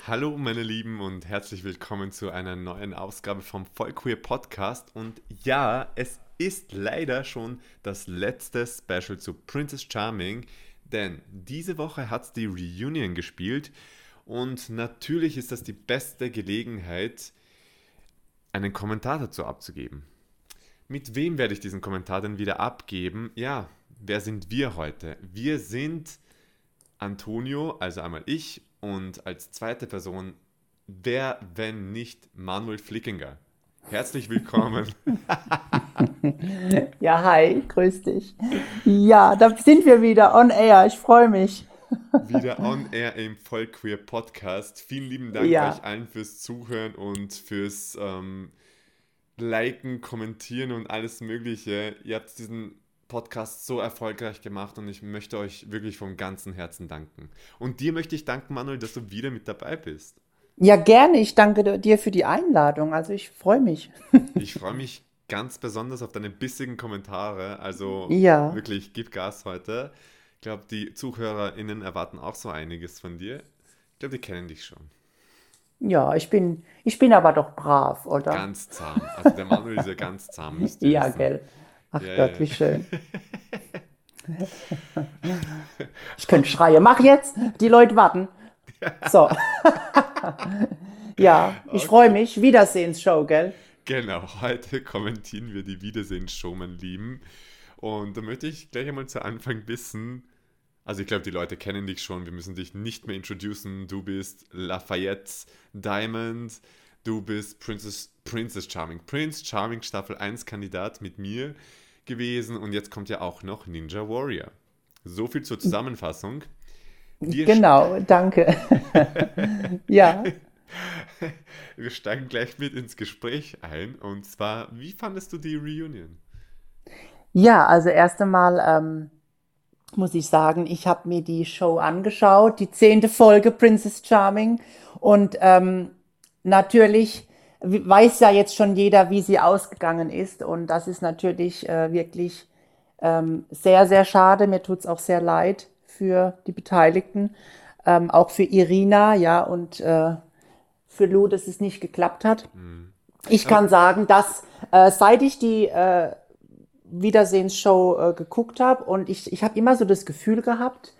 Hallo meine Lieben und herzlich willkommen zu einer neuen Ausgabe vom Vollqueer Podcast. Und ja, es ist leider schon das letzte Special zu Princess Charming, denn diese Woche hat es die Reunion gespielt und natürlich ist das die beste Gelegenheit, einen Kommentar dazu abzugeben. Mit wem werde ich diesen Kommentar denn wieder abgeben? Ja, wer sind wir heute? Wir sind Antonio, also einmal ich, und als zweite Person, wer, wenn nicht Manuel Flickinger. Herzlich willkommen. Ja, hi, grüß dich. Ja, da sind wir wieder on air. Ich freue mich. Wieder on air im Vollqueer Podcast. Vielen lieben Dank euch Ja, allen fürs Zuhören und fürs Liken, Kommentieren und alles Mögliche. Ihr habt diesen Podcast so erfolgreich gemacht und ich möchte euch wirklich vom ganzen Herzen danken. Und dir möchte ich danken, Manuel, dass du wieder mit dabei bist. ja, gerne. Ich danke dir für die Einladung. Also ich freue mich. Ich freue mich ganz besonders auf deine bissigen Kommentare. Also Ja, wirklich, gib Gas heute. Ich glaube, die ZuhörerInnen erwarten auch so einiges von dir. Ich glaube, die kennen dich schon. ja, ich bin aber doch brav, oder? Ganz zahm. Also der Manuel ist ja ganz zahm, müsst ihr Ja, wissen. gell. Ach Ja, Gott, ja. wie schön. Ich könnte schreien. Mach jetzt. Die Leute warten. So, ja, ich freue Okay. mich. Wiedersehensshow, gell? Genau, heute kommentieren wir die Wiedersehensshow, mein Lieben. Und da möchte ich gleich einmal zu Anfang wissen, also ich glaube, die Leute kennen dich schon, wir müssen dich nicht mehr introducen. Du bist Lafayette Diamond, du bist Princess Charming. Prince Charming Staffel 1 Kandidat mit mir gewesen und jetzt kommt ja auch noch Ninja Warrior. So viel zur Zusammenfassung. Wir, Genau, danke. Ja. wir steigen gleich mit ins Gespräch ein und zwar, wie fandest du die Reunion? Ja, also erst einmal muss ich sagen, ich habe mir die Show angeschaut, die 10. Folge Princess Charming. Und natürlich weiß ja jetzt schon jeder, wie sie ausgegangen ist. Und das ist natürlich wirklich sehr, sehr schade. Mir tut's auch sehr leid für die Beteiligten, auch für Irina, ja, und für Lou, dass es nicht geklappt hat. Hm. Ich Aber kann sagen, dass seit ich die Wiedersehensshow geguckt habe und ich habe immer so das Gefühl gehabt,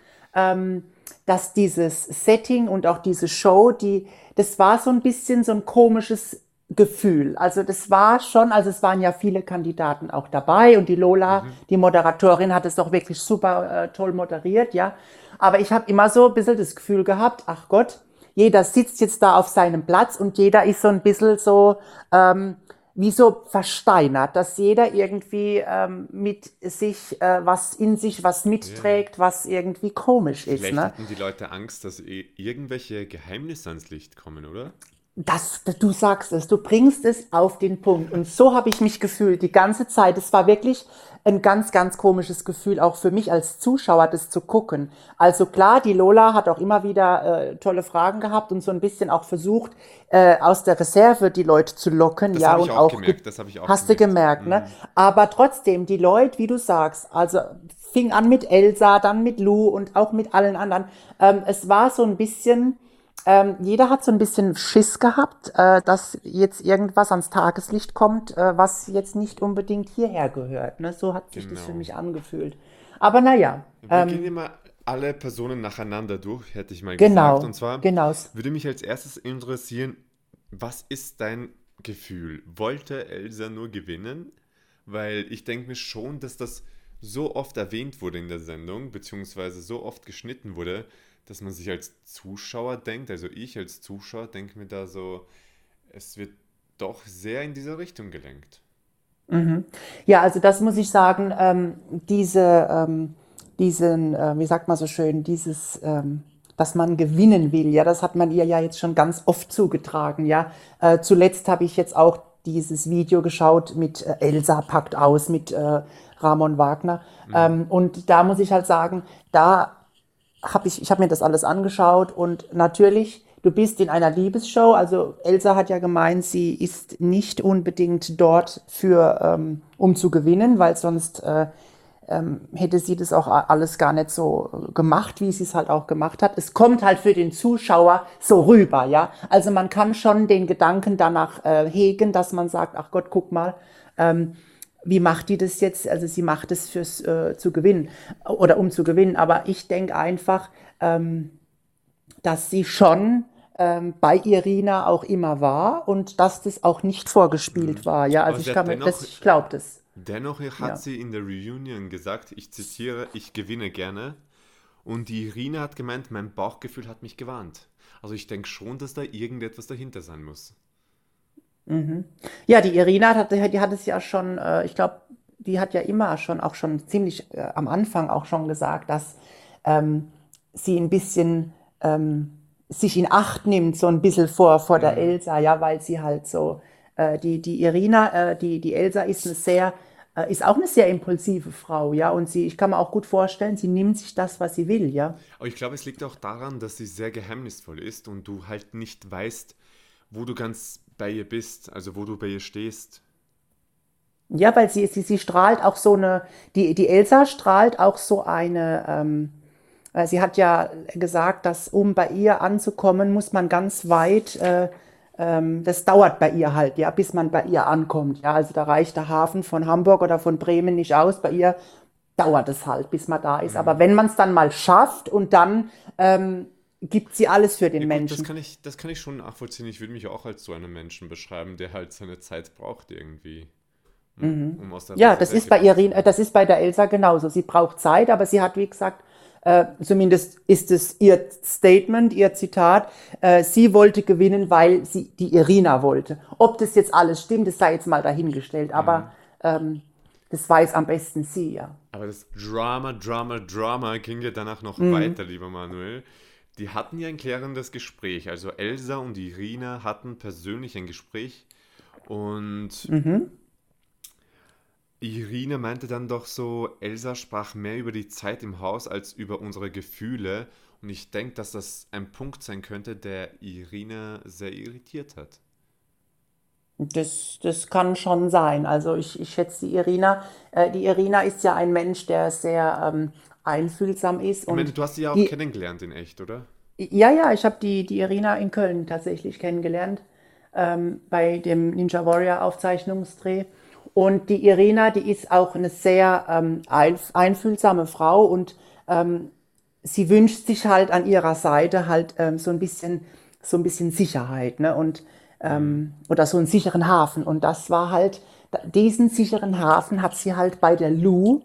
dass dieses Setting und auch diese Show, das war so ein bisschen so ein komisches Gefühl. Also das war schon, also es waren ja viele Kandidaten auch dabei und die Lola, mhm. die Moderatorin, hat es doch wirklich super toll moderiert, ja. Aber ich habe immer so ein bisschen das Gefühl gehabt, ach Gott, jeder sitzt jetzt da auf seinem Platz und jeder ist so ein bisschen so wie so versteinert, dass jeder irgendwie mit sich was in sich was Ja. mitträgt, was irgendwie komisch ist, Vielleicht ne? hatten die Leute Angst, dass irgendwelche Geheimnisse ans Licht kommen, oder? Du sagst es, du bringst es auf den Punkt. Und so habe ich mich gefühlt die ganze Zeit. Es war wirklich ein ganz, ganz komisches Gefühl, auch für mich als Zuschauer, das zu gucken. Also klar, die Lola hat auch immer wieder tolle Fragen gehabt und so ein bisschen auch versucht, aus der Reserve die Leute zu locken, Das ja, habe ich und auch auch, gemerkt, das habe ich auch hast du gemerkt. gemerkt, ne? Mhm. Aber trotzdem, die Leute, wie du sagst, also fing an mit Elsa, dann mit Lou und auch mit allen anderen. Es war so ein bisschen, jeder hat so ein bisschen Schiss gehabt, dass jetzt irgendwas ans Tageslicht kommt, was jetzt nicht unbedingt hierher gehört. Ne? So hat sich das für Genau. mich angefühlt. Aber naja, Wir gehen immer alle Personen nacheinander durch, hätte ich mal gesagt. Und genau, zwar genau. würde mich als erstes interessieren, was ist dein Gefühl? Wollte Elsa nur gewinnen? Weil ich denke mir schon, dass das so oft erwähnt wurde in der Sendung, beziehungsweise so oft geschnitten wurde, dass man sich als Zuschauer denkt, also ich als Zuschauer denke mir da so, es wird doch sehr in diese Richtung gelenkt. Ja, also das muss ich sagen, wie sagt man so schön, dass man gewinnen will, ja, das hat man ihr ja jetzt schon ganz oft zugetragen, ja. Zuletzt habe ich jetzt auch dieses Video geschaut mit Elsa packt aus, mit Ramon Wagner. Mhm. Und da muss ich halt sagen, da ich habe mir das alles angeschaut und natürlich, du bist in einer Liebesshow. Also Elsa hat ja gemeint, sie ist nicht unbedingt dort für, um zu gewinnen, weil sonst hätte sie das auch alles gar nicht so gemacht, wie sie es halt auch gemacht hat. Es kommt halt für den Zuschauer so rüber, ja. Also man kann schon den Gedanken danach hegen, dass man sagt, ach Gott, guck mal, wie macht die das jetzt? Also sie macht es fürs zu gewinnen oder um zu gewinnen. Aber ich denke einfach, dass sie schon bei Irina auch immer war und dass das auch nicht vorgespielt war. Ja, Aber also sie hat dennoch, ich glaube das. dennoch hat Ja. sie in der Reunion gesagt, ich zitiere, ich gewinne gerne. Und die Irina hat gemeint, mein Bauchgefühl hat mich gewarnt. Also ich denke schon, dass da irgendetwas dahinter sein muss. Ja, die Irina die hat es ja schon, ich glaube, die hat ja immer schon, auch schon ziemlich am Anfang auch schon gesagt, dass ähm, sie ein bisschen sich in Acht nimmt, so ein bisschen vor der Mhm. Elsa, ja, weil sie halt so, die Irina, die Elsa ist ist auch eine sehr impulsive Frau, ja, und ich kann mir auch gut vorstellen, sie nimmt sich das, was sie will, ja. Aber ich glaube, es liegt auch daran, dass sie sehr geheimnisvoll ist und du halt nicht weißt, wo du ganz bei ihr bist, also wo du bei ihr stehst. Ja, weil sie strahlt auch so die Elsa strahlt auch so sie hat ja gesagt, dass um bei ihr anzukommen, muss man ganz weit, das dauert bei ihr halt, ja, bis man bei ihr ankommt. Ja, also da reicht der Hafen von Hamburg oder von Bremen nicht aus. Bei ihr dauert es halt, bis man da ist. Aber Mhm. wenn man es dann mal schafft und dann gibt sie alles für Ja den gut, Menschen. das kann ich schon nachvollziehen. Ich würde mich auch als so einen Menschen beschreiben, der halt seine Zeit braucht irgendwie, um aus der Ja, Welt gebracht zu werden. Das ist bei der Elsa genauso. Sie braucht Zeit, aber sie hat, wie gesagt, zumindest ist es ihr Statement, ihr Zitat, sie wollte gewinnen, weil sie die Irina wollte. Ob das jetzt alles stimmt, das sei jetzt mal dahingestellt, aber Mhm. das weiß am besten sie, ja. Aber das Drama ging ja danach noch Mhm. weiter, lieber Manuel. Die hatten ja ein klärendes Gespräch. Also Elsa und Irina hatten persönlich ein Gespräch und Irina meinte dann doch so, Elsa sprach mehr über die Zeit im Haus als über unsere Gefühle. Und ich denke, dass das ein Punkt sein könnte, der Irina sehr irritiert hat. Das kann schon sein. Also ich schätze die Irina. Die Irina ist ja ein Mensch, der sehr einfühlsam ist Ich meine, und du hast sie ja auch die, kennengelernt in echt, oder? ja, ja, ich habe die Irina in Köln tatsächlich kennengelernt, bei dem Ninja Warrior Aufzeichnungsdreh. Und die Irina, die ist auch eine sehr einfühlsame Frau und sie wünscht sich halt an ihrer Seite halt so ein bisschen Sicherheit, ne? Und Mhm. oder so einen sicheren Hafen. Und das war halt, diesen sicheren Hafen hat sie halt bei der Lou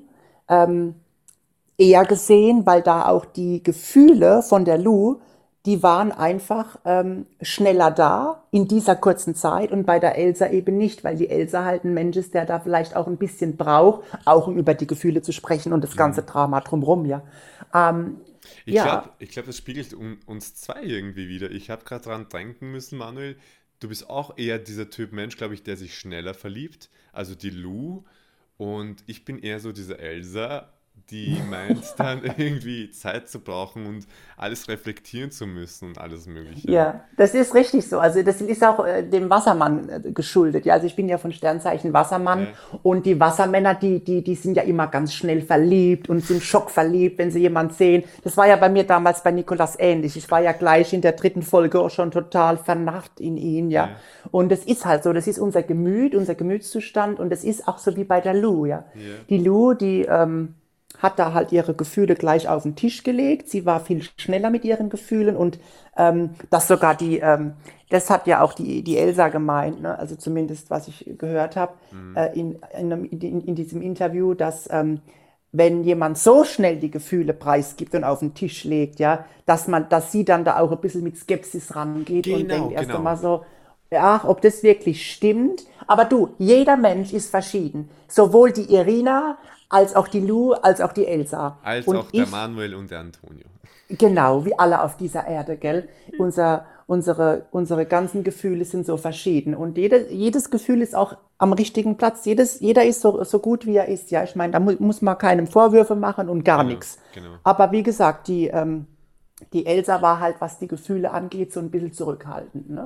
eher gesehen, weil da auch die Gefühle von der Lou, die waren einfach schneller da in dieser kurzen Zeit und bei der Elsa eben nicht, weil die Elsa halt ein Mensch ist, der da vielleicht auch ein bisschen braucht, auch um über die Gefühle zu sprechen und das ganze Mhm. Drama drumherum, ja. Ähm, ja, Ich glaube, das spiegelt uns zwei irgendwie wieder. Ich habe gerade dran denken müssen, Manuel, du bist auch eher dieser Typ Mensch, glaube ich, der sich schneller verliebt, also die Lou. Und ich bin eher so diese Elsa, die meint dann irgendwie Zeit zu brauchen und alles reflektieren zu müssen und alles Mögliche. ja, das ist richtig so. Also das ist auch dem Wassermann geschuldet. Ja, also ich bin ja von Sternzeichen Wassermann Ja, und die Wassermänner, die sind ja immer ganz schnell verliebt und sind schockverliebt, wenn sie jemand sehen. Das war ja bei mir damals bei Nikolas ähnlich. Ich war ja gleich in der dritten Folge auch schon total vernarrt in ihn, ja. ja, Und das ist halt so. Das ist unser Gemüt, unser Gemütszustand und das ist auch so wie bei der Lou, ja. ja. Die Lou, die hat da halt ihre Gefühle gleich auf den Tisch gelegt. Sie war viel schneller mit ihren Gefühlen und das sogar das hat ja auch die Elsa gemeint, ne? Also zumindest was ich gehört habe Mhm. in diesem Interview, dass wenn jemand so schnell die Gefühle preisgibt und auf den Tisch legt, ja, dass sie dann da auch ein bisschen mit Skepsis rangeht und denkt Genau, erst genau. einmal so, ja, ob das wirklich stimmt. Aber du, jeder Mensch ist verschieden. Sowohl die Irina als auch die Lou, als auch die Elsa. Als Und auch der ich, Manuel und der Antonio. genau, wie alle auf dieser Erde, gell? Unsere ganzen Gefühle sind so verschieden. Und jedes Gefühl ist auch am richtigen Platz. Jeder ist so gut, wie er ist. Ja, ich meine, da muss man keinem Vorwürfe machen und gar Genau, nichts. genau. Aber wie gesagt, die Elsa war halt, was die Gefühle angeht, so ein bisschen zurückhaltend. Ne?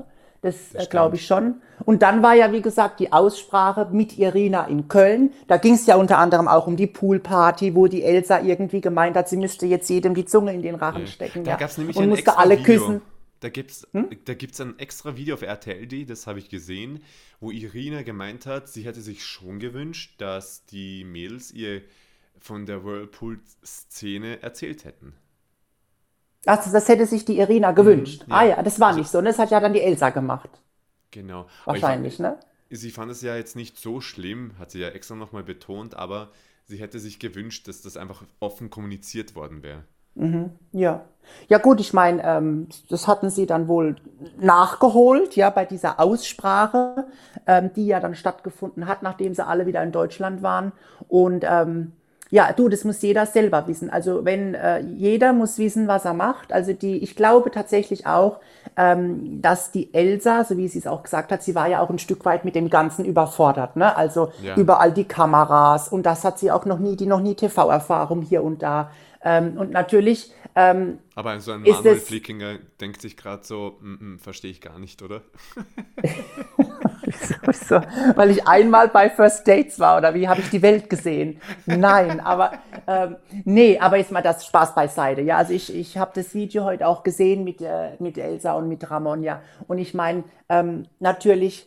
Das das glaube stimmt. ich schon. Und dann war ja, wie gesagt, die Aussprache mit Irina in Köln. Da ging es ja unter anderem auch um die Poolparty, wo die Elsa irgendwie gemeint hat, sie müsste jetzt jedem die Zunge in den Rachen Ja. stecken, Da ja. gab es nämlich Und ein musste extra alle Video. küssen. Hm? Da gibt's ein extra Video auf RTL.de, das habe ich gesehen, wo Irina gemeint hat, sie hätte sich schon gewünscht, dass die Mädels ihr von der Whirlpool-Szene erzählt hätten. Also das hätte sich die Irina Mhm, gewünscht. Ah ja, ja, das war also nicht so. Und das hat ja dann die Elsa gemacht. genau. Aber Wahrscheinlich, ne? sie fand es ja jetzt nicht so schlimm, hat sie ja extra nochmal betont, aber sie hätte sich gewünscht, dass das einfach offen kommuniziert worden wäre. Ja. Ja gut, ich meine, das hatten sie dann wohl nachgeholt, ja, bei dieser Aussprache, die ja dann stattgefunden hat, nachdem sie alle wieder in Deutschland waren. Und ja, du, das muss jeder selber wissen. Also wenn jeder muss wissen, was er macht. Also ich glaube tatsächlich auch, dass die Elsa, so wie sie es auch gesagt hat, sie war ja auch ein Stück weit mit dem Ganzen überfordert, ne? Also Ja, überall die Kameras und das hat sie auch noch nie TV-Erfahrung hier und da. Und natürlich aber so ein ist Manuel es Flickinger denkt sich gerade so, verstehe ich gar nicht, oder? so, weil ich einmal bei First Dates war oder wie habe ich die Welt gesehen? Nein, aber nee, aber jetzt mal das Spaß beiseite. Ja, also ich habe das Video heute auch gesehen mit Elsa und mit Ramon, ja. Und ich meine, natürlich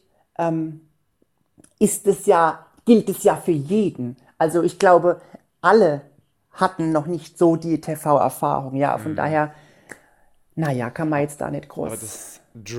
gilt es ja für jeden. Also ich glaube, alle hatten noch nicht so die TV-Erfahrung. Ja, von Mhm. daher, naja, kann man jetzt da nicht Aber groß. das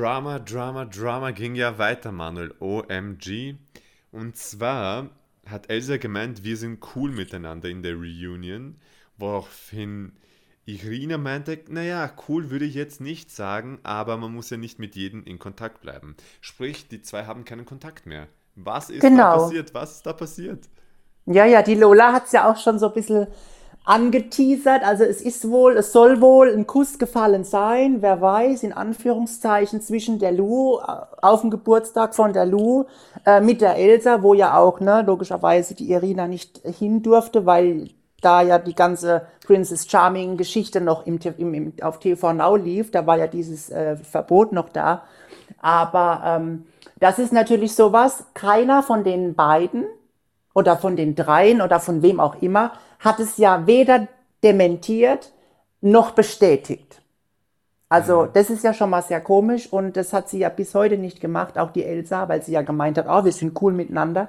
Drama ging ja weiter, Manuel. OMG. Und zwar hat Elsa gemeint, wir sind cool miteinander in der Reunion, woraufhin Irina meinte, naja, cool würde ich jetzt nicht sagen, aber man muss ja nicht mit jedem in Kontakt bleiben. Sprich, die zwei haben keinen Kontakt mehr. Was ist da Genau. passiert? Was ist da passiert? Ja, ja, die Lola hat es ja auch schon so ein bisschen angeteasert. Also es soll wohl ein Kuss gefallen sein, wer weiß, in Anführungszeichen, zwischen der Lou, auf dem Geburtstag von der Lou, mit der Elsa, wo ja auch, ne, logischerweise die Irina nicht hin durfte, weil da ja die ganze Princess Charming Geschichte noch auf TV Now lief, da war ja dieses Verbot noch da. Aber das ist natürlich sowas, keiner von den beiden oder von den dreien oder von wem auch immer, hat es ja weder dementiert noch bestätigt. Also Mhm. das ist ja schon mal sehr komisch und das hat sie ja bis heute nicht gemacht, auch die Elsa, weil sie ja gemeint hat, oh, wir sind cool miteinander.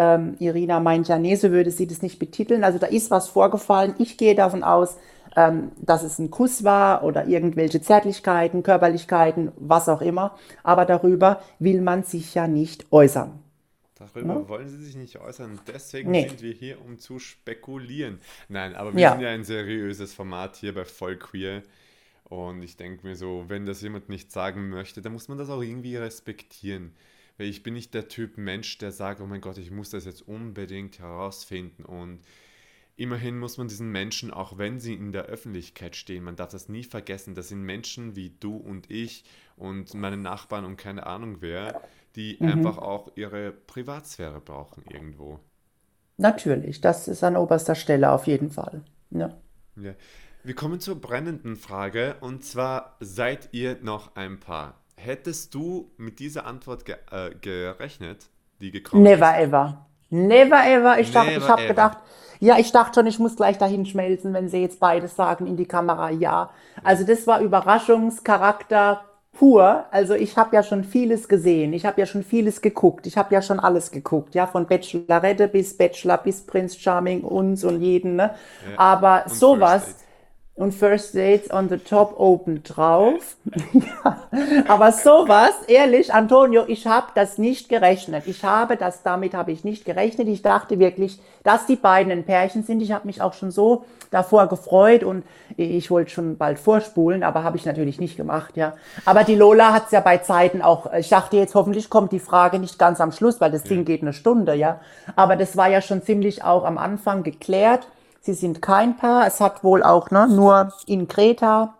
Irina meint ja, nee, so würde sie das nicht betiteln. Also da ist was vorgefallen. Ich gehe davon aus, dass es ein Kuss war oder irgendwelche Zärtlichkeiten, Körperlichkeiten, was auch immer. Aber darüber will man sich ja nicht äußern. Ne? Darüber wollen sie sich nicht äußern. Deswegen Nee. sind wir hier, um zu spekulieren. Nein, aber wir sind Ja. ja ein seriöses Format hier bei Vollqueer. Und ich denke mir so, wenn das jemand nicht sagen möchte, dann muss man das auch irgendwie respektieren. Weil ich bin nicht der Typ Mensch, der sagt, oh mein Gott, ich muss das jetzt unbedingt herausfinden. Und immerhin muss man diesen Menschen, auch wenn sie in der Öffentlichkeit stehen, man darf das nie vergessen, das sind Menschen wie du und ich und meine Nachbarn und keine Ahnung wer, die einfach auch ihre Privatsphäre brauchen irgendwo. Natürlich, das ist an oberster Stelle auf jeden Fall. Ja. Ja. Wir kommen zur brennenden Frage und zwar seid ihr noch ein Paar? Hättest du mit dieser Antwort gerechnet, die gekommen Never ist? ever. Never ever. Ich Never habe ever. gedacht, ja, ich dachte schon, ich muss gleich dahin schmelzen, wenn sie jetzt beides sagen in die Kamera, ja. Ja. Also das war Überraschungscharakter pur. Also ich habe ja schon vieles gesehen. Ich habe ja schon vieles geguckt. Ich habe ja schon alles geguckt, ja, von Bachelorette bis Bachelor bis Prince Charming und jeden, ne? Ja. Aber Und First sowas Dates. und First Dates on the Top oben drauf. Ja, aber sowas, ehrlich, Antonio, ich habe das nicht gerechnet. Damit habe ich nicht gerechnet. Ich dachte wirklich, dass die beiden ein Pärchen sind. Ich habe mich auch schon so davor gefreut und ich wollte schon bald vorspulen, aber habe ich natürlich nicht gemacht, ja. Aber die Lola hat es ja bei Zeiten auch, ich dachte jetzt, hoffentlich kommt die Frage nicht ganz am Schluss, weil das Ja. Ding geht eine Stunde, ja. Aber das war ja schon ziemlich auch am Anfang geklärt. Sie sind kein Paar. Es hat wohl auch, ne, nur in Kreta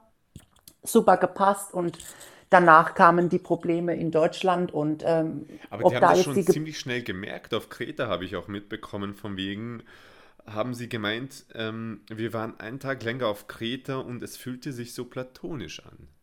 super gepasst und danach kamen die Probleme in Deutschland und Aber die ob haben da das jetzt schon ziemlich schnell gemerkt. Auf Kreta habe ich auch mitbekommen, von wegen, haben sie gemeint, wir waren einen Tag länger auf Kreta und es fühlte sich so platonisch an.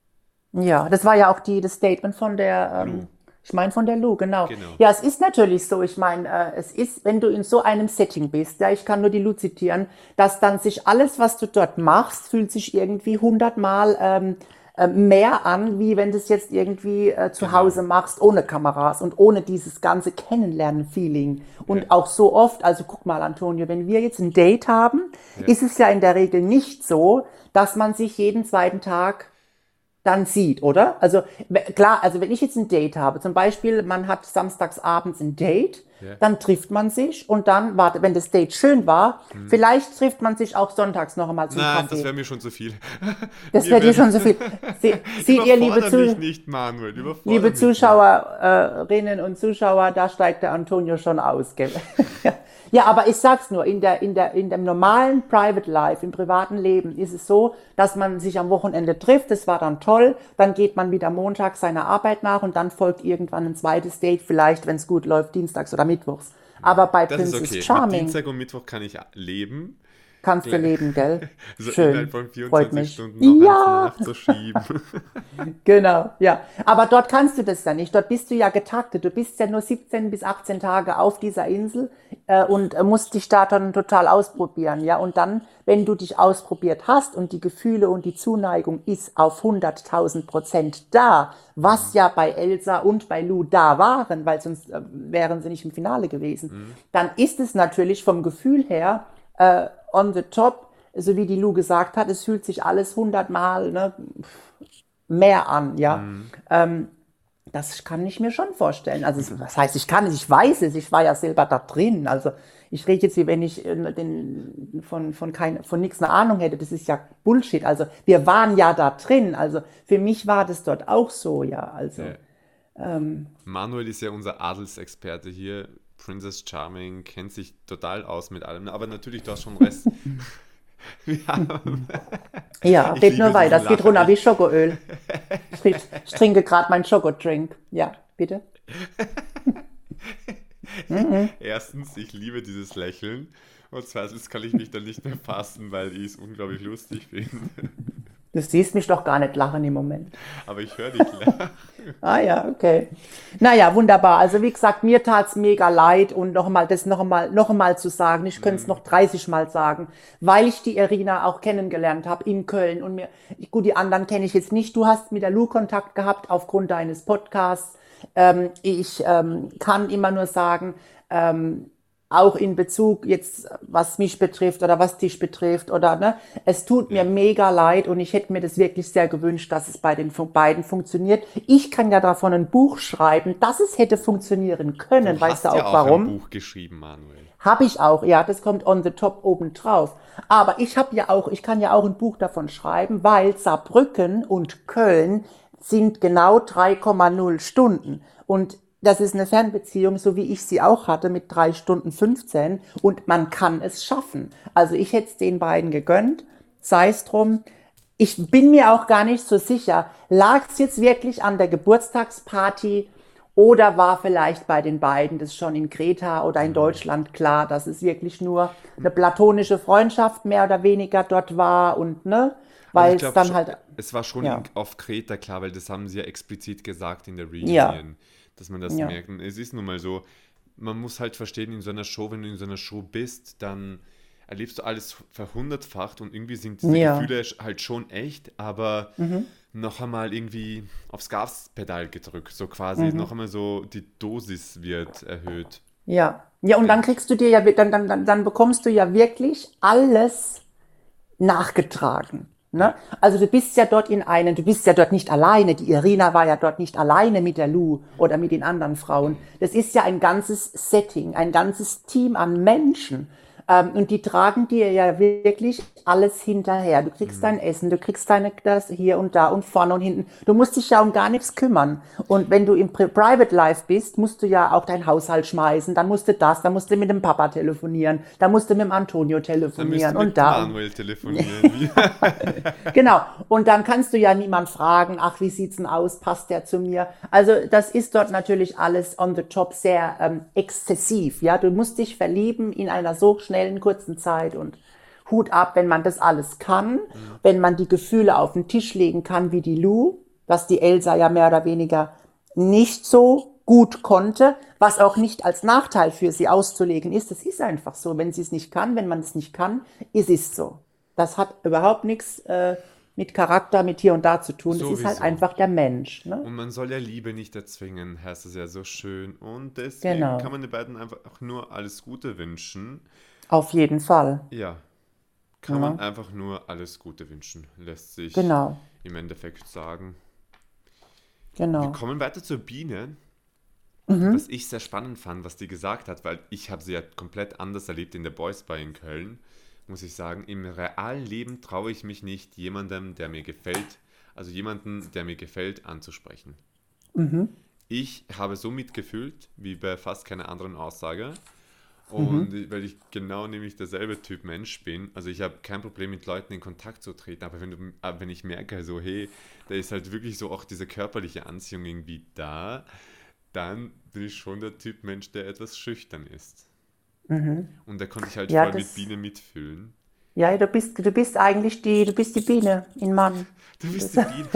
Ja, das war ja auch das Statement von Lou, ich meine von der Lou, genau. genau. Ja, es ist natürlich so, ich meine, es ist, wenn du in so einem Setting bist, ja, ich kann nur die Lou zitieren, dass dann sich alles, was du dort machst, fühlt sich irgendwie hundertmal mehr an, wie wenn du es jetzt irgendwie zu Genau. Hause machst, ohne Kameras und ohne dieses ganze Kennenlernen-Feeling. Ja, Und auch so oft, also guck mal, Antonio, wenn wir jetzt ein Date haben, ja, ist es ja in der Regel nicht so, dass man sich jeden zweiten Tag dann sieht, oder? Also klar, also wenn ich jetzt ein Date habe, zum Beispiel, man hat samstags abends ein Date, ja. dann trifft man sich und dann, warte, wenn das Date schön war, Hm. vielleicht trifft man sich auch sonntags noch einmal zum Nein, das Kaffee. wäre mir schon zu viel. Das Mir wäre dir werden. schon so viel. Seht ihr, Überfordere mich nicht, Manuel. Überfordere liebe mich nicht. Zuschauerinnen und Zuschauer, da steigt der Antonio schon aus, gell? Ja, aber ich sag's nur, in dem normalen Private Life, im privaten Leben ist es so, dass man sich am Wochenende trifft, das war dann toll, dann geht man wieder Montag seiner Arbeit nach und dann folgt irgendwann ein zweites Date, vielleicht, wenn es gut läuft, dienstags oder mittwochs. Aber bei Das ist Princess okay. Mit Charming Dienstag und Mittwoch kann ich leben. kannst du Gle- leben, gell? So innerhalb Schön, von freut 24 mich. Stunden noch eins Ja, nachzuschieben. genau, ja. Aber dort kannst du das ja nicht. Dort bist du ja getaktet. Du bist ja nur 17 bis 18 Tage auf dieser Insel und musst dich da dann total ausprobieren, ja. Und dann, wenn du dich ausprobiert hast und die Gefühle und die Zuneigung ist auf 100.000% da, was Mhm. ja bei Elsa und bei Lou da waren, weil sonst wären sie nicht im Finale gewesen, Mhm. dann ist es natürlich vom Gefühl her on the top, so wie die Lou gesagt hat, es fühlt sich alles 100 Mal, ne, mehr an, ja. Mhm. Das kann ich mir schon vorstellen. Also, was heißt, ich kann es, ich weiß es, ich war ja selber da drin. Also, ich rede jetzt, wie wenn ich von nichts eine Ahnung hätte. Das ist ja Bullshit. Also, wir waren ja da drin. Also, für mich war das dort auch so, ja. Also, Ja. Manuel ist ja unser Adelsexperte hier. Princess Charming kennt sich total aus mit allem. Aber natürlich, du hast schon Rest. Ja. ja, Ich red nur liebe weiter. diesen Es geht Lacher. runter wie Schokoöl. Ich trinke gerade meinen Schokodrink. Ja, bitte. Erstens, ich liebe dieses Lächeln. Und zweitens kann ich mich dann nicht mehr fassen, weil ich es unglaublich lustig finde. Du siehst mich doch gar nicht lachen im Moment. Aber ich höre dich lachen. Ah ja, okay. Naja, wunderbar. Also wie gesagt, mir tat's mega leid und noch einmal zu sagen, ich könnte es noch 30 Mal sagen, weil ich die Irina auch kennengelernt habe in Köln und gut, die anderen kenne ich jetzt nicht. Du hast mit der Lu Kontakt gehabt aufgrund deines Podcasts. Ich kann immer nur sagen, auch in Bezug jetzt, was mich betrifft oder was dich betrifft oder ne, es tut mir Ja. mega leid und ich hätte mir das wirklich sehr gewünscht, dass es bei den beiden funktioniert. Ich kann ja davon ein Buch schreiben, dass es hätte funktionieren können. Du Weißt du hast ja auch auch ein warum? Buch geschrieben, Manuel. Habe ich auch, ja, das kommt on the top oben drauf. Aber ich kann ja auch ein Buch davon schreiben, weil Saarbrücken und Köln sind genau 3,0 Stunden. Und das ist eine Fernbeziehung, so wie ich sie auch hatte, mit 3 Stunden 15. Und man kann es schaffen. Also ich hätte es den beiden gegönnt, sei es drum. Ich bin mir auch gar nicht so sicher, lag es jetzt wirklich an der Geburtstagsparty oder war vielleicht bei den beiden das schon in Kreta oder in Mhm. Deutschland klar, dass es wirklich nur eine platonische Freundschaft mehr oder weniger dort war und ne, Also ich weil es glaube, dann halt, es war schon ja, auf Kreta klar, weil das haben sie ja explizit gesagt in der ja, Reunion, dass man das ja, merkt. Und es ist nun mal so, man muss halt verstehen, in so einer Show, wenn du in so einer Show bist, dann erlebst du alles verhundertfacht und irgendwie sind diese ja, Gefühle halt schon echt, aber noch einmal irgendwie aufs Gaspedal gedrückt, so quasi, noch einmal so die Dosis wird erhöht. ja. Ja, und dann Denn, kriegst du dir ja, dann bekommst du ja wirklich alles nachgetragen. ja, Ne? Also du bist ja dort nicht alleine. Die Irina war ja dort nicht alleine mit der Lou oder mit den anderen Frauen. Das ist ja ein ganzes Setting, ein ganzes Team an Menschen. Und die tragen dir ja wirklich alles hinterher. Du kriegst mhm. dein Essen, du kriegst das hier und da und vorne und hinten. Du musst dich ja um gar nichts kümmern. Und wenn du im Private Life bist, musst du ja auch deinen Haushalt schmeißen. Dann musst du mit dem Papa telefonieren, dann musst du mit dem Antonio Dann müsst ihr telefonieren und mit da und Manuel telefonieren. Wie? genau. Und dann kannst du ja niemand fragen, ach, wie sieht's denn aus? Passt der zu mir? Also, das ist dort natürlich alles on the top sehr exzessiv. Ja, du musst dich verlieben in einer so schnellen, kurzen Zeit und Hut ab, wenn man das alles kann, Mhm. wenn man die Gefühle auf den Tisch legen kann wie die Lou. dass die Elsa ja mehr oder weniger nicht so gut konnte, was auch nicht als Nachteil für sie auszulegen ist. Das ist einfach so. Wenn sie es nicht kann, wenn man es nicht kann, es ist so. Das hat überhaupt nichts mit Charakter, mit hier und da zu tun. Das ist halt Sowieso. einfach der Mensch. Ne? Und man soll ja Liebe nicht erzwingen, heißt es ja so schön. Und deswegen kann Genau. man den beiden einfach auch nur alles Gute wünschen. Auf jeden Fall. Ja, kann man Ne? einfach nur alles Gute wünschen, lässt sich Genau. im Endeffekt sagen. Wir Genau. kommen weiter zur Biene. Mhm. Was ich sehr spannend fand, was die gesagt hat, weil ich habe sie ja komplett anders erlebt in der Boys Bar in Köln, muss ich sagen. Im realen Leben traue ich mich nicht, jemandem, der mir gefällt, also jemanden, der mir gefällt, anzusprechen. Mhm. Ich habe so mitgefühlt, wie bei fast keiner anderen Aussage. Mhm. Und weil ich genau nämlich derselbe Typ Mensch bin, also ich habe kein Problem mit Leuten in Kontakt zu treten, aber wenn ich merke, so hey, da ist halt wirklich so auch diese körperliche Anziehung irgendwie da, dann bin ich schon der Typ Mensch, der etwas schüchtern ist. Mhm. Und da konnte ich halt Ja, voll mit das, Biene mitfühlen. ja, du bist eigentlich du bist die Biene in Mann. Du bist Das, die Biene.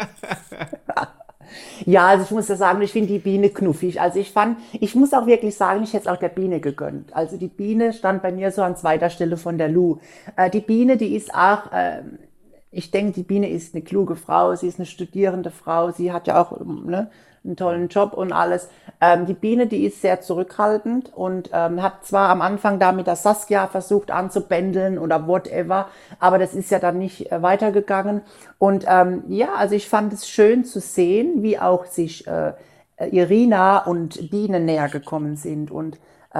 ja, also ich muss ja sagen, ich finde die Biene knuffig. Also ich muss auch wirklich sagen, ich hätte es auch der Biene gegönnt. Also die Biene stand bei mir so an zweiter Stelle von der Lu. Die Biene, die ist auch, ich denke, die Biene ist eine kluge Frau, sie ist eine studierende Frau, sie hat ja auch ne, einen tollen Job und alles. Die Biene, die ist sehr zurückhaltend und hat zwar am Anfang da mit der Saskia versucht anzubändeln oder whatever, aber das ist ja dann nicht weitergegangen. Und ja, also ich fand es schön zu sehen, wie auch sich Irina und Biene näher gekommen sind. Und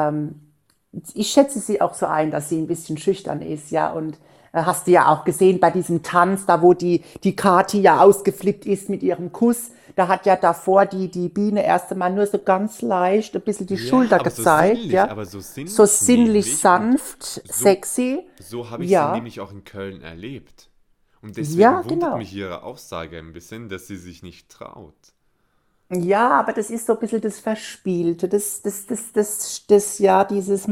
ich schätze sie auch so ein, dass sie ein bisschen schüchtern ist, ja. Und hast du ja auch gesehen bei diesem Tanz, da wo die Kathi ja ausgeflippt ist mit ihrem Kuss. Da hat ja davor die Biene erst einmal nur so ganz leicht ein bisschen die Ja, Schulter gezeigt, ja. aber so So sinnlich sinnlich nämlich. Und sanft, so, sexy. so habe ich sie Ja, nämlich auch in Köln erlebt. Und ja, deswegen wundert genau. mich ihre Aussage ein bisschen, dass sie sich nicht traut. Ja, aber das ist so ein bisschen das Verspielte, ja, dieses,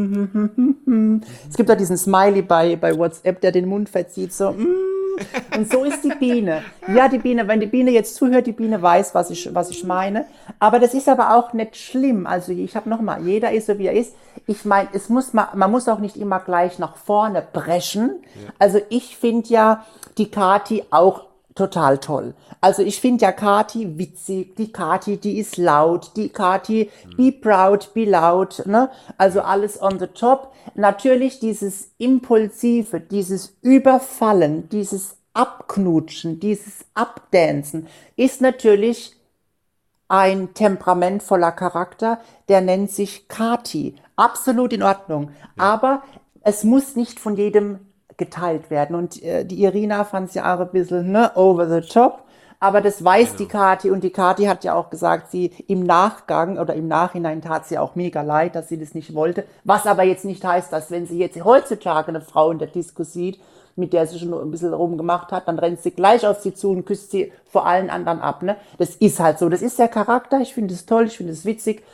es gibt ja diesen Smiley bei WhatsApp, der den Mund verzieht, so, und so ist die Biene. Ja, die Biene, wenn die Biene jetzt zuhört, die Biene weiß, was ich meine. Aber das ist aber auch nicht schlimm. Also ich habe nochmal, jeder ist so, wie er ist. Ich meine, man muss auch nicht immer gleich nach vorne brechen. Ja. Also ich finde ja die Kati auch total toll. Also ich finde ja Kati witzig, die Kati, die ist laut, die Kati, Hm. be proud, be loud, ne? Also Ja. alles on the top. Natürlich dieses Impulsive, dieses Überfallen, dieses Abknutschen, dieses Abdancen ist natürlich ein temperamentvoller Charakter, der nennt sich Kati. Absolut in Ordnung. Ja. Aber es muss nicht von jedem geteilt werden. Und die Irina fand es ja auch ein bisschen ne, over the top. Aber das weiß die Genau. Kati und die Kati hat ja auch gesagt, sie im Nachgang oder im Nachhinein tat sie auch mega leid, dass sie das nicht wollte. Was aber jetzt nicht heißt, dass wenn sie jetzt heutzutage eine Frau in der Disco sieht, mit der sie schon ein bisschen rumgemacht hat, dann rennt sie gleich auf sie zu und küsst sie vor allen anderen ab. Ne? Das ist halt so. Das ist der Charakter. Ich finde es toll, ich finde es witzig.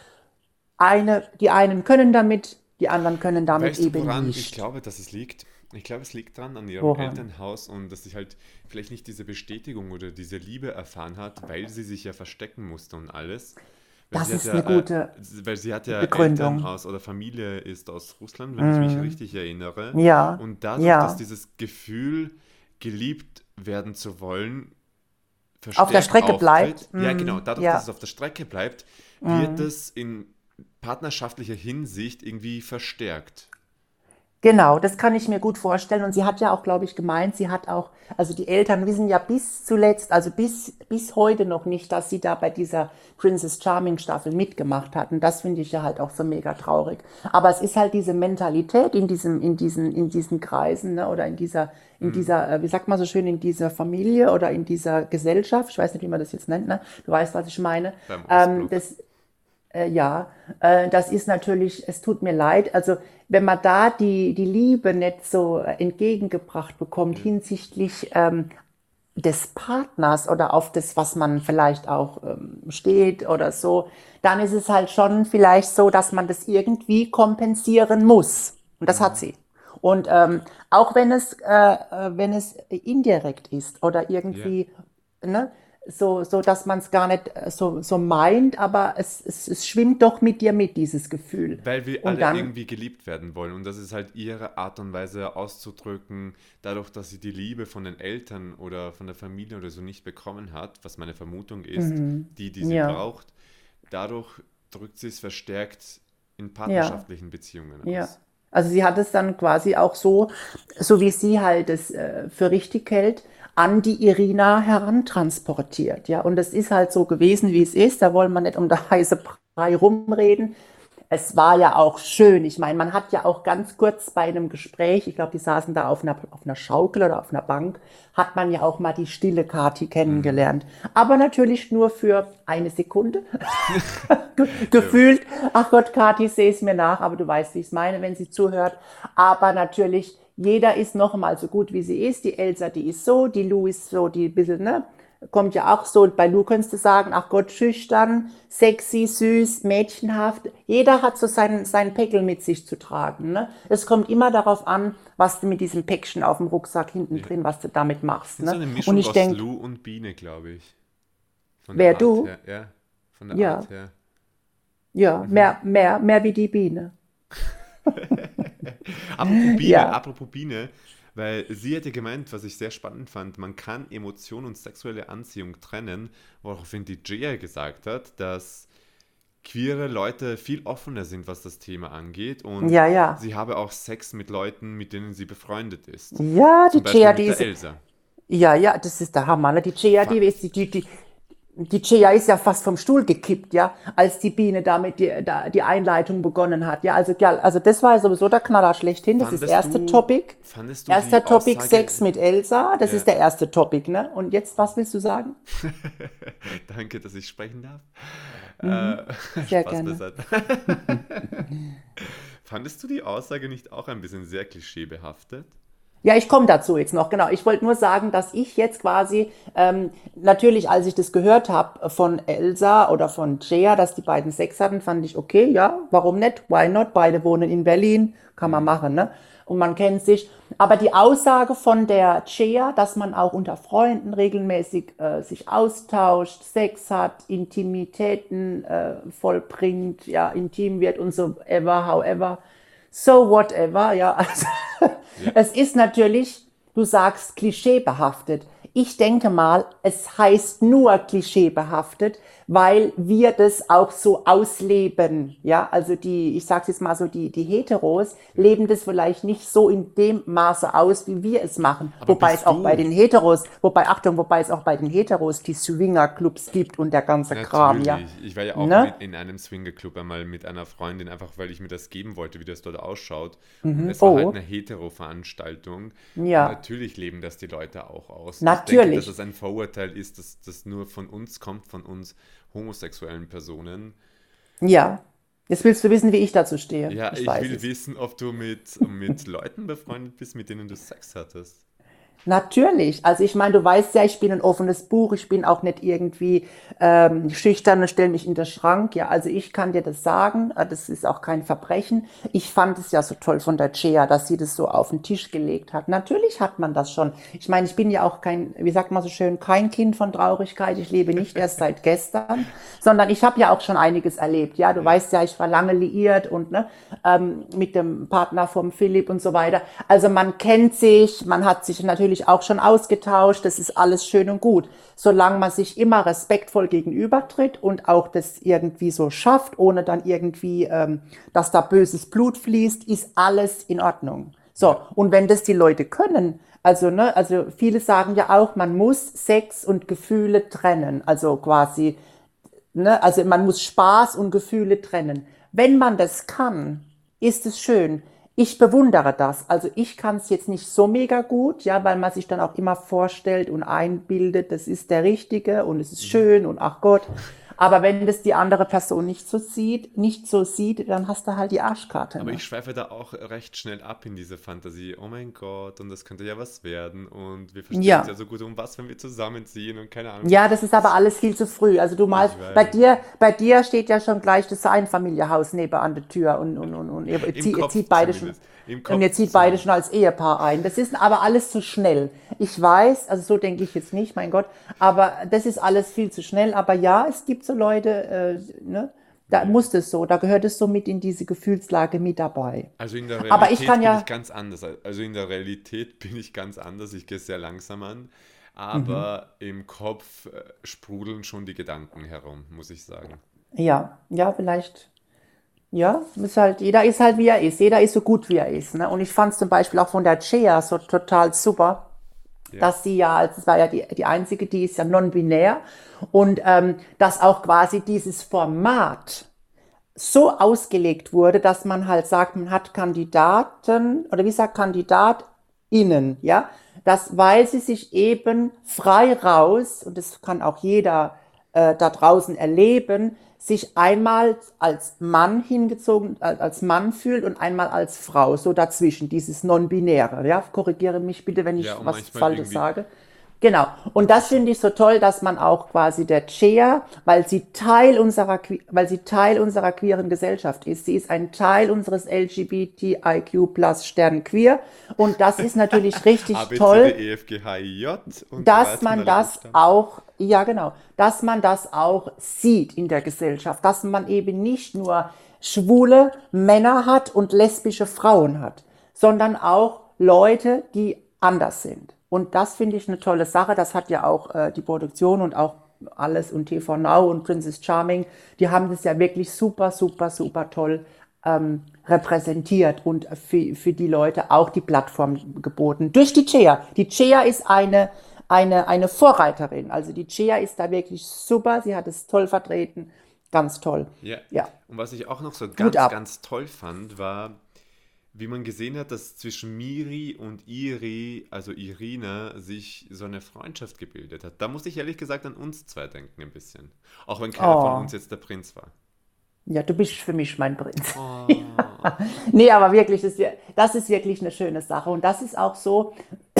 Die einen können damit, die anderen können damit Weißt du, eben woran ich nicht. glaube, dass es liegt? Ich glaube, es liegt dran an ihrem Woran? Elternhaus und dass sie halt vielleicht nicht diese Bestätigung oder diese Liebe erfahren hat, weil sie sich ja verstecken musste und alles. Weil Das sie hat ist eine ja, gute weil sie hat ja Eltern Begründung. aus oder Familie ist aus Russland, wenn ich mich Mm, richtig erinnere. ja, Und dadurch, dass ja. dieses Gefühl, geliebt werden zu wollen, Auf der verstärkt Strecke auftritt, bleibt. ja genau, Mm, dadurch, dass es ja. auf der Strecke bleibt, wird Mm. es in partnerschaftlicher Hinsicht irgendwie verstärkt. Genau, das kann ich mir gut vorstellen. Und sie hat ja auch, glaube ich, gemeint, sie hat auch, also die Eltern wissen ja bis zuletzt, also bis heute noch nicht, dass sie da bei dieser Princess Charming Staffel mitgemacht hat. Und das finde ich ja halt auch so mega traurig. Aber es ist halt diese Mentalität in diesen Kreisen, ne, oder Mhm. wie sagt man so schön, in dieser Familie oder in dieser Gesellschaft. Ich weiß nicht, wie man das jetzt nennt, ne? Du weißt, was ich meine. Beim Ähm, Ostblock. das, ja, das ist natürlich, es tut mir leid. Also, wenn man da die Liebe nicht so entgegengebracht bekommt Ja. hinsichtlich des Partners oder auf das, was man vielleicht auch steht oder so, dann ist es halt schon vielleicht so, dass man das irgendwie kompensieren muss. Und das hat Mhm. sie. Und auch wenn es indirekt ist oder Ja. irgendwie, ne, so dass man es gar nicht so meint, aber es schwimmt doch mit dir mit, dieses Gefühl. Weil wir Und alle dann, irgendwie geliebt werden wollen. Und das ist halt ihre Art und Weise auszudrücken, dadurch, dass sie die Liebe von den Eltern oder von der Familie oder so nicht bekommen hat, was meine Vermutung ist, die sie ja, braucht. Dadurch drückt sie es verstärkt in ja. partnerschaftlichen Beziehungen Ja. aus. Also sie hat es dann quasi auch so wie sie halt es für richtig hält, an die Irina herantransportiert. Ja, und das ist halt so gewesen, wie es ist. Da wollen wir nicht um den heißen Brei rumreden. Es war ja auch schön. Ich meine, man hat ja auch ganz kurz bei einem Gespräch, ich glaube, die saßen da auf einer Schaukel oder auf einer Bank, hat man ja auch mal die stille Kati Mhm. kennengelernt. Aber natürlich nur für eine Sekunde. Ja. Gefühlt, ach Gott, Kathi, seh es mir nach, aber du weißt, wie ich es meine, wenn sie zuhört. Aber natürlich, jeder ist noch mal so gut, wie sie ist. Die Elsa, die ist so, die Lou ist so, die ein bisschen, ne, kommt ja auch so. Bei Lou könntest du sagen, ach Gott, schüchtern, sexy, süß, mädchenhaft. Jeder hat so seinen Päckel mit sich zu tragen. Ne? Es kommt immer darauf an, was du mit diesem Päckchen auf dem Rucksack hinten Ja. drin, was du damit machst. Sind so Ne? eine Und Mischung ich aus denke, Lou und Biene, glaube ich. Von der wer Art du? her, ja. Von der Ja, Art her. ja, Mhm. mehr wie die Biene. Ja. Apropos Biene, weil sie hat ja gemeint, was ich sehr spannend fand, man kann Emotion und sexuelle Anziehung trennen, woraufhin die Jaya gesagt hat, dass queere Leute viel offener sind, was das Thema angeht und Ja, ja. sie habe auch Sex mit Leuten, mit denen sie befreundet ist. Ja, die Zum Beispiel Gea, mit die der ist, Elsa. ja, ja, das ist der Hammer, ne? Die Gea, Fa die Gea ist ja fast vom Stuhl gekippt, ja, als die Biene damit die Einleitung begonnen hat. Ja, also das war ja sowieso der Knaller schlechthin. Das ist das erste Topic. fandest du die Erster Topic Sex Aussage, mit Elsa. Das ist ja, der erste Topic, ne? Und jetzt, was willst du sagen? danke, dass ich sprechen darf. Mhm. Sehr Spaß gerne. beiseite. Fandest du die Aussage nicht auch ein bisschen sehr klischeebehaftet? Ja, ich komme dazu jetzt noch, genau. Ich wollte nur sagen, dass ich jetzt quasi, natürlich, als ich das gehört habe von Elsa oder von Jaya, dass die beiden Sex hatten, fand ich, okay, ja, warum nicht? Why not? Beide wohnen in Berlin, kann man Hm. machen, ne? Und man kennt sich. Aber die Aussage von der Jaya, dass man auch unter Freunden regelmäßig sich austauscht, Sex hat, Intimitäten vollbringt, ja, intim wird und so ever, however, so whatever, ja, also Ja, es ist natürlich, du sagst klischeebehaftet. Ich denke mal, es heißt nur klischeebehaftet, weil wir das auch so ausleben. Ja, also ich sag's jetzt mal so, die Heteros ja. leben das vielleicht nicht so in dem Maße aus, wie wir es machen. Aber bist du Wobei es auch bei den Heteros die Swingerclubs gibt und der ganze Kram, ja. natürlich? Ich war ja auch Ne? in einem Swingerclub einmal mit einer Freundin, einfach weil ich mir das geben wollte, wie das dort ausschaut. Und Mhm. es war halt Oh, eine Hetero-Veranstaltung. Und ja, natürlich leben das die Leute auch aus. Ich denke, dass es natürlich. ein Vorurteil ist, dass das nur von uns kommt, von uns homosexuellen Personen. Ja. Jetzt willst du wissen, wie ich dazu stehe. Ja, Ich ich weiß will es. wissen, ob du mit Leuten befreundet bist, mit denen du Sex hattest. Natürlich. Also ich meine, du weißt ja, ich bin ein offenes Buch, ich bin auch nicht irgendwie schüchtern und stelle mich in den Schrank. Ja, also ich kann dir das sagen, das ist auch kein Verbrechen. Ich fand es ja so toll von der Gea, dass sie das so auf den Tisch gelegt hat. Natürlich hat man das schon. Ich meine, ich bin ja auch kein, wie sagt man so schön, kein Kind von Traurigkeit. Ich lebe nicht erst seit gestern, sondern ich habe ja auch schon einiges erlebt. Ja, du Ja, weißt ja, ich war lange liiert und ne, mit dem Partner vom Philipp und so weiter. Also man kennt sich, man hat sich natürlich auch schon ausgetauscht, das ist alles schön und gut. Solange man sich immer respektvoll gegenübertritt und auch das irgendwie so schafft, ohne dann irgendwie, dass da böses Blut fließt, ist alles in Ordnung. So, ja, und wenn das die Leute können, also, ne, also viele sagen ja auch, man muss Sex und Gefühle trennen, also quasi, ne, also man muss Spaß und Gefühle trennen. Wenn man das kann, ist es schön. Ich bewundere das. Also ich kann es jetzt nicht so mega gut, ja, weil man sich dann auch immer vorstellt und einbildet, das ist der Richtige und es ist mhm. schön und ach Gott. Aber wenn das die andere Person nicht so sieht, dann hast du halt die Arschkarte, Aber ich ne? schweife da auch recht schnell ab in diese Fantasie. Oh mein Gott, und das könnte ja was werden. Und wir verstehen uns ja Ja. so gut, um was, wenn wir zusammenziehen und keine Ahnung. Ja, das ist aber alles viel zu früh. Also du malst, Ich weiß. bei dir steht ja schon gleich das Einfamilienhaus nebenan der Tür und Im ihr Kopf zieht beide schon. zumindest. im Und ihr Kopf zieht zu beide haben. schon als Ehepaar ein. Das ist aber alles zu schnell. Ich weiß, also so denke ich jetzt nicht, mein Gott, aber das ist alles viel zu schnell. Aber ja, es gibt so Leute, ne, da Ja. muss es so, da gehört es so mit in diese Gefühlslage mit dabei. Also in der Aber ich Realität kann bin ich ja, ganz anders. Also in der Realität bin ich ganz anders. Ich gehe sehr langsam an. Aber im Kopf sprudeln schon die Gedanken herum, muss ich sagen. ja, ja, vielleicht, ja, ist halt, jeder ist halt wie er ist. Jeder ist so gut wie er ist. Ne? Und ich fand es zum Beispiel auch von der Chea so total super, Ja. dass sie ja, also es war ja die einzige, die ist ja non-binär und dass auch quasi dieses Format so ausgelegt wurde, dass man halt sagt, man hat Kandidaten oder wie sagt KandidatInnen, ja, dass weil sie sich eben frei raus, und das kann auch jeder da draußen erleben, sich einmal als Mann hingezogen, als Mann fühlt und einmal als Frau, so dazwischen, dieses Non-Binäre, ja, korrigiere mich bitte, wenn Ja, ich um was manchmal Falsches irgendwie sage. Genau. Und das abzuschalten. finde ich so toll, dass man auch quasi der Chea, weil sie Teil unserer queeren Gesellschaft ist. Sie ist ein Teil unseres LGBTIQ plus Stern queer. Und das ist natürlich A, richtig B, C, D, toll, E, F, G, H, I, J und so dass weiter und man alle das Buchstaben. auch, ja genau, dass man das auch sieht in der Gesellschaft, dass man eben nicht nur schwule Männer hat und lesbische Frauen hat, sondern auch Leute, die anders sind. Und das finde ich eine tolle Sache. Das hat ja auch die Produktion und auch alles und TV Now und Princess Charming, die haben das ja wirklich super, super, super toll repräsentiert und für die Leute auch die Plattform geboten. Durch die Chea. Die Chea ist eine Vorreiterin. Also die Chea ist da wirklich super. Sie hat es toll vertreten. Ganz toll. Ja. Ja, Und was ich auch noch so Hut ganz, ab. ganz toll fand, war, wie man gesehen hat, dass zwischen Miri und Iri, also Irina, sich so eine Freundschaft gebildet hat. Da musste ich ehrlich gesagt an uns zwei denken ein bisschen. Auch wenn keiner von uns Oh, jetzt der Prinz war. ja, du bist für mich mein Prinz. Oh. Nee, aber wirklich, das ist wirklich eine schöne Sache. Und das ist auch so,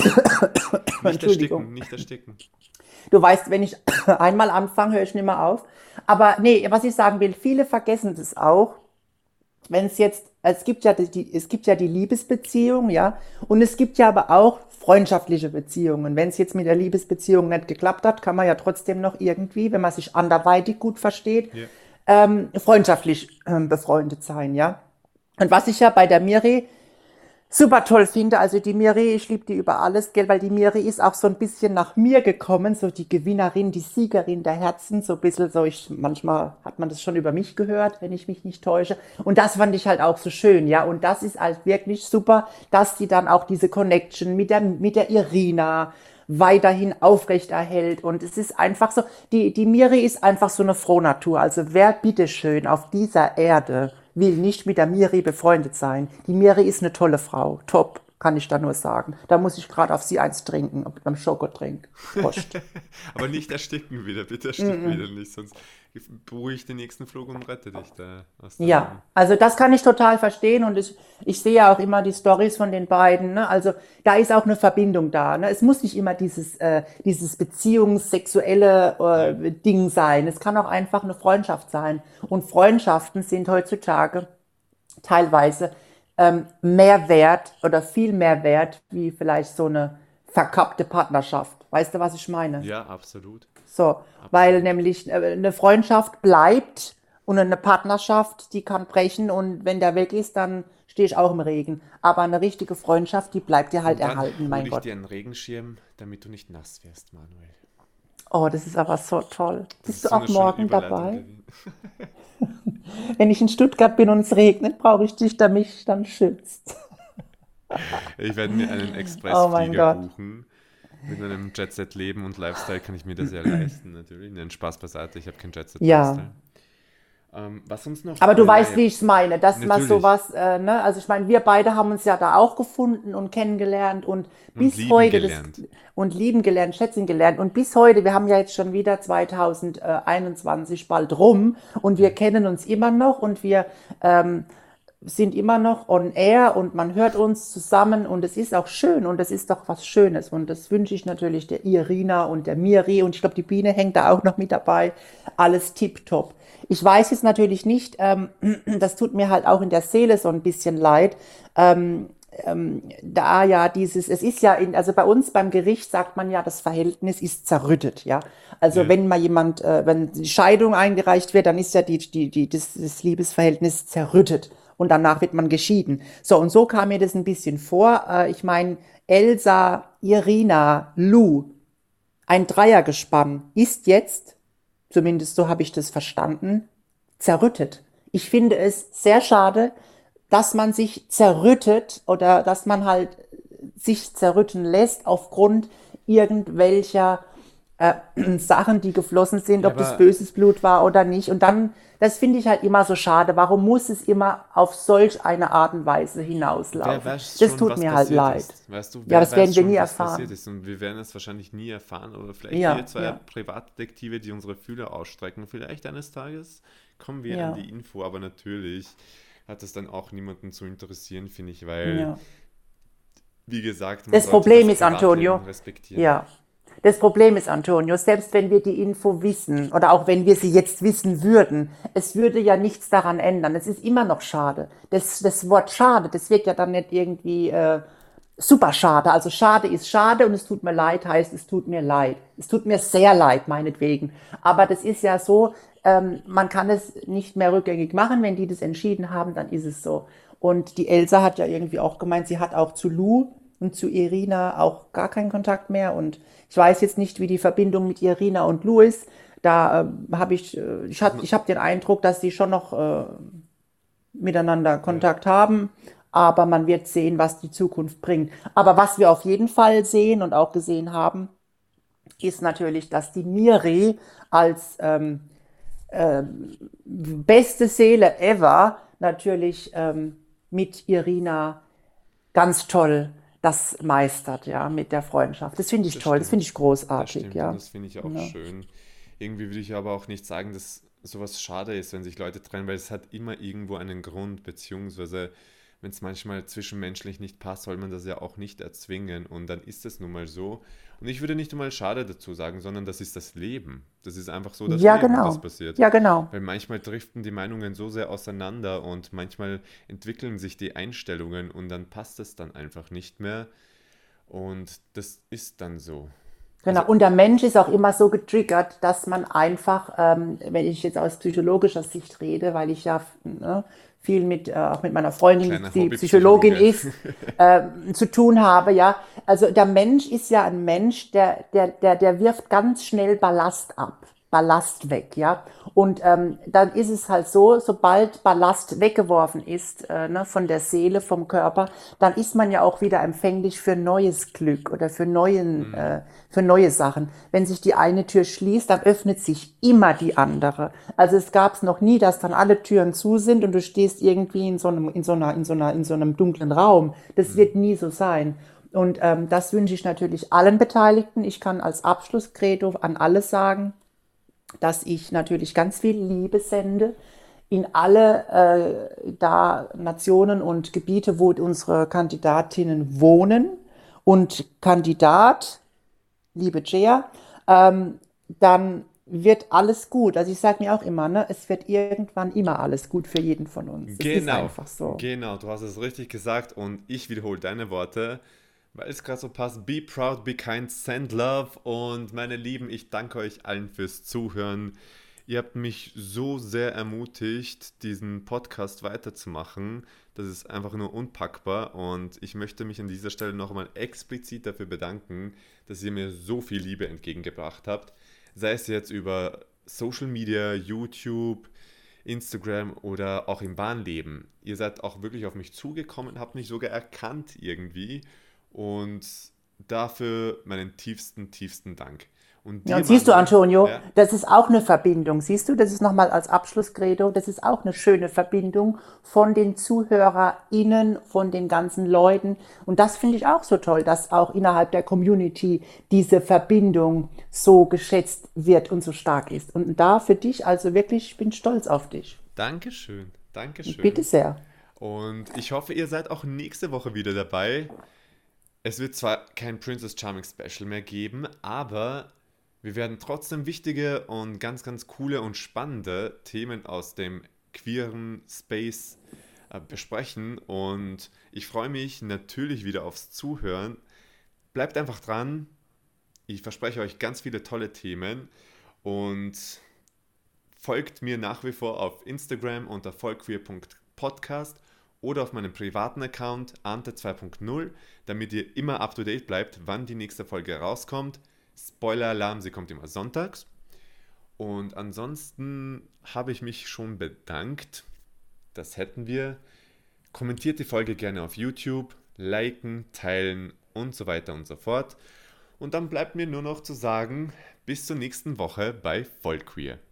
Nicht Entschuldigung, ersticken, nicht ersticken. du weißt, wenn ich einmal anfange, höre ich nicht mehr auf. Aber nee, was ich sagen will, viele vergessen das auch, wenn es jetzt, es gibt ja die Liebesbeziehung, ja, und es gibt ja aber auch freundschaftliche Beziehungen. Wenn es jetzt mit der Liebesbeziehung nicht geklappt hat, kann man ja trotzdem noch irgendwie, wenn man sich anderweitig gut versteht, Ja. freundschaftlich befreundet sein, ja. Und was ich ja bei der Miri super toll finde, also die Miri, ich liebe die über alles, gell, weil die Miri ist auch so ein bisschen nach mir gekommen, so die Gewinnerin, die Siegerin der Herzen, so ein bisschen so, manchmal hat man das schon über mich gehört, wenn ich mich nicht täusche. Und das fand ich halt auch so schön, ja. Und das ist halt wirklich super, dass sie dann auch diese Connection mit der Irina weiterhin aufrechterhält. Und es ist einfach so, die Miri ist einfach so eine Frohnatur. Also wer bitteschön auf dieser Erde will nicht mit der Miri befreundet sein? Die Miri ist eine tolle Frau. Top, kann ich da nur sagen. Da muss ich gerade auf sie eins trinken, beim Schokotrink. Prost. Aber nicht ersticken wieder, bitte erstick wieder nicht, sonst buche ich den nächsten Flug und rette dich da aus Ja, deinem. also das kann ich total verstehen und ich sehe ja auch immer die Stories von den beiden. Ne? Also da ist auch eine Verbindung da. Ne? Es muss nicht immer dieses beziehungssexuelle Ja. Ding sein. Es kann auch einfach eine Freundschaft sein. Und Freundschaften sind heutzutage teilweise mehr wert oder viel mehr wert wie vielleicht so eine verkappte Partnerschaft. Weißt du, was ich meine? Ja, absolut. So, weil Absolut. nämlich eine Freundschaft bleibt und eine Partnerschaft, die kann brechen und wenn der weg ist, dann stehe ich auch im Regen. Aber eine richtige Freundschaft, die bleibt dir halt Und dann erhalten, hole mein ich dir Gott. einen Regenschirm, damit du nicht nass wirst, Manuel. Oh, das ist aber so toll. Das Bist ist du so eine auch schöne morgen Überleitung dabei? gewesen. Wenn ich in Stuttgart bin und es regnet, brauche ich dich, der mich dann schützt. Ich werde mir einen Oh mein Expressflieger Gott. buchen. Mit meinem Jet-Set Leben und Lifestyle kann ich mir das ja leisten, natürlich. Nein, Spaß beiseite, ich habe keinen Jet-Set Ja. Lifestyle. Was uns noch Aber du weißt, bleibt, wie ich es meine, dass man natürlich. sowas, ne, also ich meine, wir beide haben uns ja da auch gefunden und kennengelernt und Und bis lieben heute gelernt. und lieben gelernt, schätzen gelernt und bis heute, wir haben ja jetzt schon wieder 2021 bald rum und wir Ja. kennen uns immer noch und wir sind immer noch on air und man hört uns zusammen und es ist auch schön und es ist doch was Schönes und das wünsche ich natürlich der Irina und der Miri und ich glaube, die Biene hängt da auch noch mit dabei. Alles tipptopp. Ich weiß jetzt natürlich nicht, das tut mir halt auch in der Seele so ein bisschen leid, da ja es ist ja also bei uns beim Gericht sagt man ja, das Verhältnis ist zerrüttet, ja. Also Ja. wenn mal wenn die Scheidung eingereicht wird, dann ist ja das Liebesverhältnis zerrüttet und danach wird man geschieden. So, und so kam mir das ein bisschen vor. Ich meine, Elsa, Irina, Lou, ein Dreiergespann ist jetzt, zumindest so habe ich das verstanden, zerrüttet. Ich finde es sehr schade, dass man sich zerrüttet oder dass man halt sich zerrütten lässt aufgrund irgendwelcher Sachen, die geflossen sind, Ja, ob das aber böses Blut war oder nicht. Und dann, das finde ich halt immer so schade. Warum muss es immer auf solch eine Art und Weise wer hinauslaufen? weiß Das schon, tut was mir halt passiert leid. ist? Weißt du, Ja, wer das weiß werden wir nie schon, was passiert erfahren. ist? Und wir werden es wahrscheinlich nie erfahren. Oder vielleicht wir Ja, zwei ja, Privatdetektive, die unsere Fühler ausstrecken. Vielleicht eines Tages kommen wir an ja, die Info. Aber natürlich hat es dann auch niemanden zu interessieren, finde ich, weil, ja. wie gesagt, man Das sollte Problem das ist, Privatleben Antonio, respektieren. ja, das Problem ist, Antonio, selbst wenn wir die Info wissen oder auch wenn wir sie jetzt wissen würden, es würde ja nichts daran ändern. Es ist immer noch schade. Das Wort schade, das wird ja dann nicht irgendwie super schade. Also schade ist schade und es tut mir leid heißt, es tut mir leid. Es tut mir sehr leid, meinetwegen. Aber das ist ja so, man kann es nicht mehr rückgängig machen. Wenn die das entschieden haben, dann ist es so. Und die Elsa hat ja irgendwie auch gemeint, sie hat auch zu Lou und zu Irina auch gar keinen Kontakt mehr. Und ich weiß jetzt nicht, wie die Verbindung mit Irina und Lou ist. Da habe ich hab den Eindruck, dass die schon noch miteinander Ja. Kontakt haben. Aber man wird sehen, was die Zukunft bringt. Aber was wir auf jeden Fall sehen und auch gesehen haben, ist natürlich, dass die Miri als beste Seele ever natürlich mit Irina ganz toll das meistert, ja, mit der Freundschaft. Das finde ich Das toll, das finde stimmt. ich Das großartig, stimmt und ja. das finde ich auch Ja, schön. Irgendwie würde ich aber auch nicht sagen, dass sowas schade ist, wenn sich Leute trennen, weil es hat immer irgendwo einen Grund, beziehungsweise wenn es manchmal zwischenmenschlich nicht passt, soll man das ja auch nicht erzwingen und dann ist es nun mal so. Und ich würde nicht einmal schade dazu sagen, sondern das ist das Leben. Das ist einfach so das ja Leben, was genau. passiert. Ja, genau. Weil manchmal driften die Meinungen so sehr auseinander und manchmal entwickeln sich die Einstellungen und dann passt es dann einfach nicht mehr. Und das ist dann so. Genau. Also, Und der Mensch ist auch immer so getriggert, dass man einfach, wenn ich jetzt aus psychologischer Sicht rede, weil ich ja viel auch mit meiner Freundin, kleiner die Psychologin Hobbypsychologe. ist, zu tun habe, ja. Also der Mensch ist ja ein Mensch, der wirft ganz schnell Ballast ab, Ballast weg, ja. Und dann ist es halt so, sobald Ballast weggeworfen ist, ne, von der Seele, vom Körper, dann ist man ja auch wieder empfänglich für neues Glück oder Hm, für neue Sachen. Wenn sich die eine Tür schließt, dann öffnet sich immer die andere. Also es gab es noch nie, dass dann alle Türen zu sind und du stehst irgendwie in so einem dunklen Raum. Das hm. wird nie so sein. Und das wünsche ich natürlich allen Beteiligten. Ich kann als Abschlusskredo an alle sagen, dass ich natürlich ganz viel Liebe sende in alle da Nationen und Gebiete, wo unsere Kandidatinnen wohnen. Und Kandidat, liebe Jea, dann wird alles gut. Also ich sage mir auch immer, ne, es wird irgendwann immer alles gut für jeden von uns. Es ist Genau, einfach so. genau, du hast es richtig gesagt und ich wiederhole deine Worte, weil es gerade so passt. Be proud, be kind, send love und meine Lieben, ich danke euch allen fürs Zuhören. Ihr habt mich so sehr ermutigt, diesen Podcast weiterzumachen. Das ist einfach nur unpackbar und ich möchte mich an dieser Stelle nochmal explizit dafür bedanken, dass ihr mir so viel Liebe entgegengebracht habt. Sei es jetzt über Social Media, YouTube, Instagram oder auch im Bahnleben. Ihr seid auch wirklich auf mich zugekommen, habt mich sogar erkannt irgendwie und dafür meinen tiefsten, tiefsten Dank. Und Ja, dir, und siehst du, Manuel, Antonio, ja, das ist auch eine Verbindung. Siehst du, das ist nochmal als Abschlusskredo, das ist auch eine schöne Verbindung von den ZuhörerInnen, von den ganzen Leuten. Und das finde ich auch so toll, dass auch innerhalb der Community diese Verbindung so geschätzt wird und so stark ist. Und da für dich, also wirklich, ich bin stolz auf dich. Dankeschön, Bitte Dankeschön. sehr. Und ich hoffe, ihr seid auch nächste Woche wieder dabei. Es wird zwar kein Princess Charming Special mehr geben, aber wir werden trotzdem wichtige und ganz, ganz coole und spannende Themen aus dem queeren Space besprechen und ich freue mich natürlich wieder aufs Zuhören. Bleibt einfach dran, ich verspreche euch ganz viele tolle Themen und folgt mir nach wie vor auf Instagram unter vollqueer.podcast oder auf meinem privaten Account Ante 2.0, damit ihr immer up to date bleibt, wann die nächste Folge rauskommt. Spoiler-Alarm, sie kommt immer sonntags. Und ansonsten habe ich mich schon bedankt. Das hätten wir. Kommentiert die Folge gerne auf YouTube, liken, teilen und so weiter und so fort. Und dann bleibt mir nur noch zu sagen, bis zur nächsten Woche bei Vollqueer.